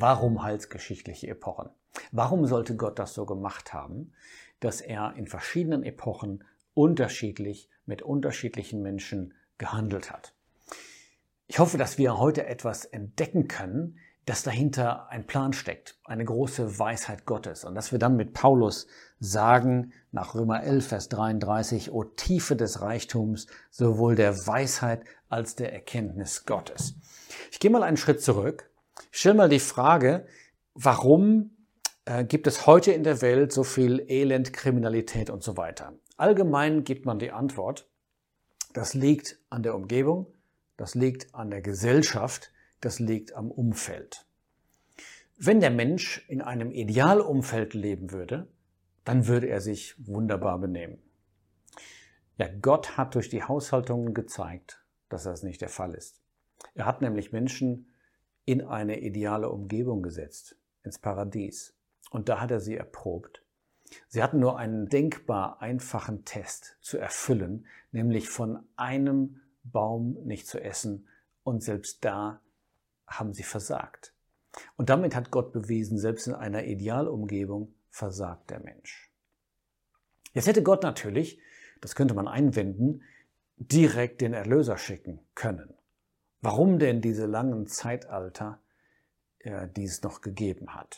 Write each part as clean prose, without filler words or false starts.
Warum heilsgeschichtliche Epochen? Warum sollte Gott das so gemacht haben, dass er in verschiedenen Epochen unterschiedlich mit unterschiedlichen Menschen gehandelt hat? Ich hoffe, dass wir heute etwas entdecken können, dass dahinter ein Plan steckt, eine große Weisheit Gottes. Und dass wir dann mit Paulus sagen, nach Römer 11, Vers 33, O Tiefe des Reichtums, sowohl der Weisheit als der Erkenntnis Gottes. Ich gehe mal einen Schritt zurück. Ich stelle mal die Frage, warum gibt es heute in der Welt so viel Elend, Kriminalität und so weiter? Allgemein gibt man die Antwort, das liegt an der Umgebung, das liegt an der Gesellschaft, das liegt am Umfeld. Wenn der Mensch in einem Idealumfeld leben würde, dann würde er sich wunderbar benehmen. Ja, Gott hat durch die Haushaltungen gezeigt, dass das nicht der Fall ist. Er hat nämlich Menschen in eine ideale Umgebung gesetzt, ins Paradies. Und da hat er sie erprobt. Sie hatten nur einen denkbar einfachen Test zu erfüllen, nämlich von einem Baum nicht zu essen. Und selbst da haben sie versagt. Und damit hat Gott bewiesen, selbst in einer Idealumgebung versagt der Mensch. Jetzt hätte Gott natürlich, das könnte man einwenden, direkt den Erlöser schicken können. Warum denn diese langen Zeitalter, die es noch gegeben hat?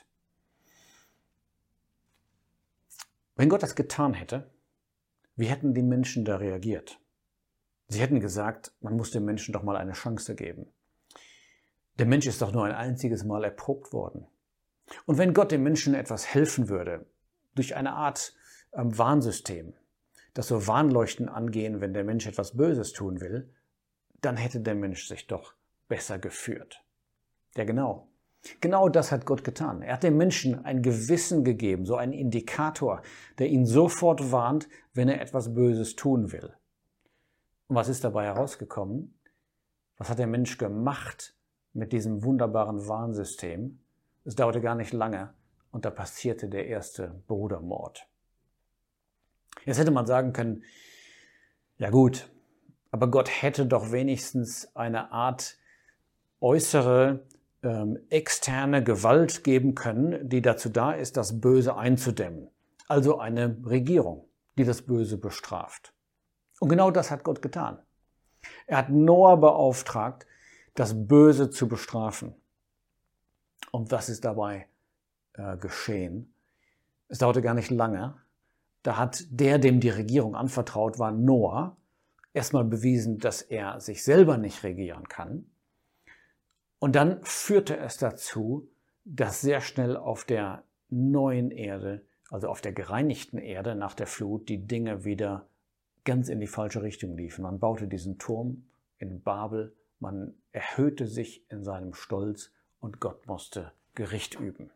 Wenn Gott das getan hätte, wie hätten die Menschen da reagiert? Sie hätten gesagt, man muss dem Menschen doch mal eine Chance geben. Der Mensch ist doch nur ein einziges Mal erprobt worden. Und wenn Gott dem Menschen etwas helfen würde, durch eine Art Warnsystem, das so Warnleuchten angehen, wenn der Mensch etwas Böses tun will, dann hätte der Mensch sich doch besser geführt. Ja, genau. Genau das hat Gott getan. Er hat dem Menschen ein Gewissen gegeben, so einen Indikator, der ihn sofort warnt, wenn er etwas Böses tun will. Und was ist dabei herausgekommen? Was hat der Mensch gemacht mit diesem wunderbaren Warnsystem? Es dauerte gar nicht lange und da passierte der erste Brudermord. Jetzt hätte man sagen können, ja gut, aber Gott hätte doch wenigstens eine Art äußere, externe Gewalt geben können, die dazu da ist, das Böse einzudämmen. Also eine Regierung, die das Böse bestraft. Und genau das hat Gott getan. Er hat Noah beauftragt, das Böse zu bestrafen. Und was ist dabei geschehen? Es dauerte gar nicht lange. Da hat der, dem die Regierung anvertraut war, Noah, erstmal bewiesen, dass er sich selber nicht regieren kann. Und dann führte es dazu, dass sehr schnell auf der neuen Erde, also auf der gereinigten Erde nach der Flut, die Dinge wieder ganz in die falsche Richtung liefen. Man baute diesen Turm in Babel, man erhöhte sich in seinem Stolz und Gott musste Gericht üben.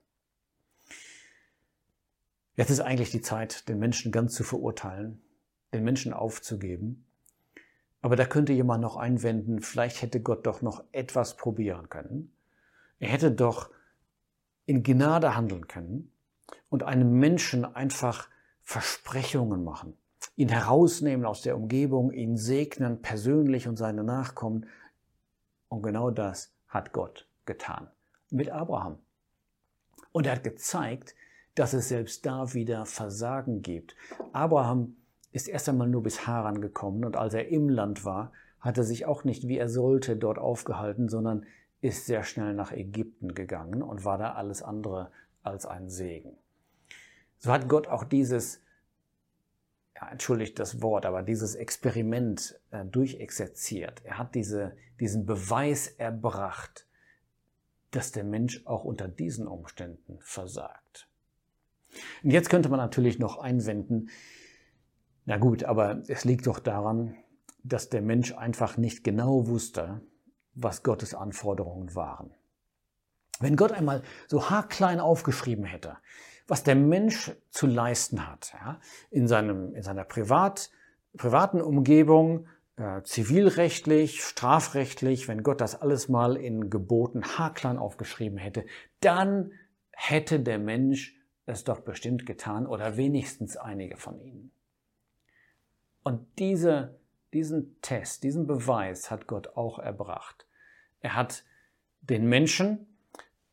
Jetzt ist eigentlich die Zeit, den Menschen ganz zu verurteilen, den Menschen aufzugeben. Aber da könnte jemand noch einwenden, vielleicht hätte Gott doch noch etwas probieren können. Er hätte doch in Gnade handeln können und einem Menschen einfach Versprechungen machen, ihn herausnehmen aus der Umgebung, ihn segnen persönlich und seine Nachkommen. Und genau das hat Gott getan mit Abraham. Und er hat gezeigt, dass es selbst da wieder Versagen gibt. Abraham ist erst einmal nur bis Haran gekommen und als er im Land war, hat er sich auch nicht, wie er sollte, dort aufgehalten, sondern ist sehr schnell nach Ägypten gegangen und war da alles andere als ein Segen. So hat Gott auch dieses, ja, entschuldigt das Wort, aber dieses Experiment durchexerziert. Er hat diesen Beweis erbracht, dass der Mensch auch unter diesen Umständen versagt. Und jetzt könnte man natürlich noch einwenden, na gut, aber es liegt doch daran, dass der Mensch einfach nicht genau wusste, was Gottes Anforderungen waren. Wenn Gott einmal so haarklein aufgeschrieben hätte, was der Mensch zu leisten hat, ja, in seiner privaten Umgebung, zivilrechtlich, strafrechtlich, wenn Gott das alles mal in Geboten haarklein aufgeschrieben hätte, dann hätte der Mensch es doch bestimmt getan oder wenigstens einige von ihnen. Und diesen Test, diesen Beweis hat Gott auch erbracht. Er hat den Menschen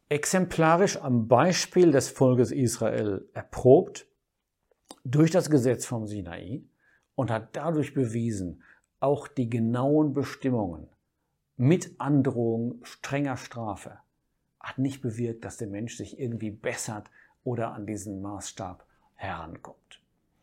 exemplarisch am Beispiel des Volkes Israel erprobt durch das Gesetz vom Sinai und hat dadurch bewiesen, auch die genauen Bestimmungen mit Androhung strenger Strafe hat nicht bewirkt, dass der Mensch sich irgendwie bessert oder an diesen Maßstab herankommt.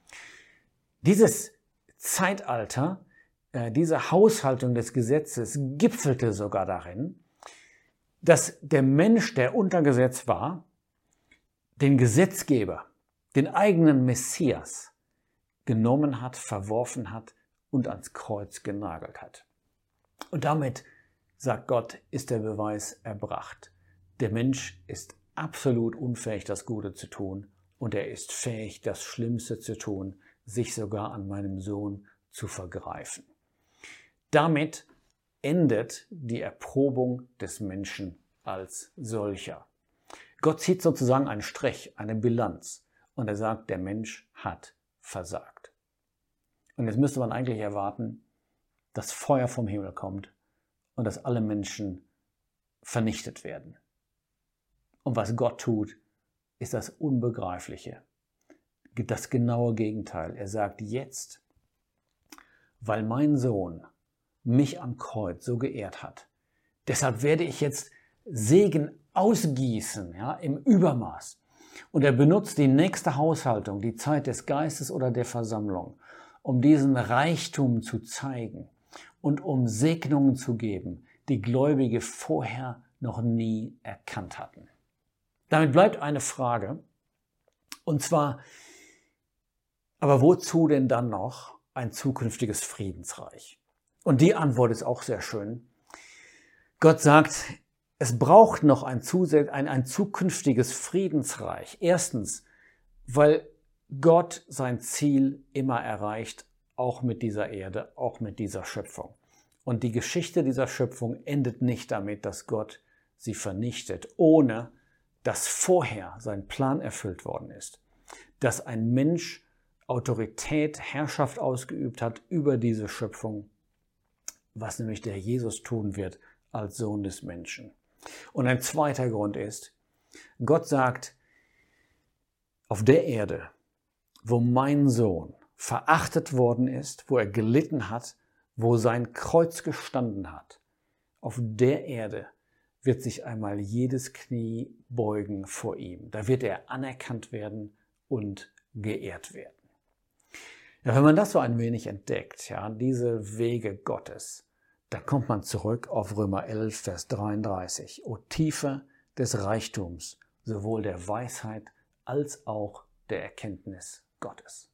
Dieses Zeitalter, diese Haushaltung des Gesetzes gipfelte sogar darin, dass der Mensch, der unter Gesetz war, den Gesetzgeber, den eigenen Messias genommen hat, verworfen hat und ans Kreuz genagelt hat. Und damit, sagt Gott, ist der Beweis erbracht. Der Mensch ist absolut unfähig, das Gute zu tun, und er ist fähig, das Schlimmste zu tun, sich sogar an meinem Sohn zu vergreifen. Damit endet die Erprobung des Menschen als solcher. Gott zieht sozusagen einen Strich, eine Bilanz, und er sagt, der Mensch hat versagt. Und jetzt müsste man eigentlich erwarten, dass Feuer vom Himmel kommt und dass alle Menschen vernichtet werden. Und was Gott tut, ist das Unbegreifliche, das genaue Gegenteil. Er sagt jetzt, weil mein Sohn mich am Kreuz so geehrt hat, deshalb werde ich jetzt Segen ausgießen, ja, im Übermaß. Und er benutzt die nächste Haushaltung, die Zeit des Geistes oder der Versammlung, um diesen Reichtum zu zeigen und um Segnungen zu geben, die Gläubige vorher noch nie erkannt hatten. Damit bleibt eine Frage, und zwar, aber wozu denn dann noch ein zukünftiges Friedensreich? Und die Antwort ist auch sehr schön. Gott sagt, es braucht noch ein zukünftiges Friedensreich. Erstens, weil Gott sein Ziel immer erreicht, auch mit dieser Erde, auch mit dieser Schöpfung. Und die Geschichte dieser Schöpfung endet nicht damit, dass Gott sie vernichtet, ohne dass vorher sein Plan erfüllt worden ist. Dass ein Mensch Autorität, Herrschaft ausgeübt hat über diese Schöpfung, was nämlich der Jesus tun wird als Sohn des Menschen. Und ein zweiter Grund ist, Gott sagt, auf der Erde, wo mein Sohn verachtet worden ist, wo er gelitten hat, wo sein Kreuz gestanden hat, auf der Erde wird sich einmal jedes Knie beugen vor ihm. Da wird er anerkannt werden und geehrt werden. Ja, wenn man das so ein wenig entdeckt, ja, diese Wege Gottes, da kommt man zurück auf Römer 11, Vers 33. O Tiefe des Reichtums, sowohl der Weisheit als auch der Erkenntnis Gottes.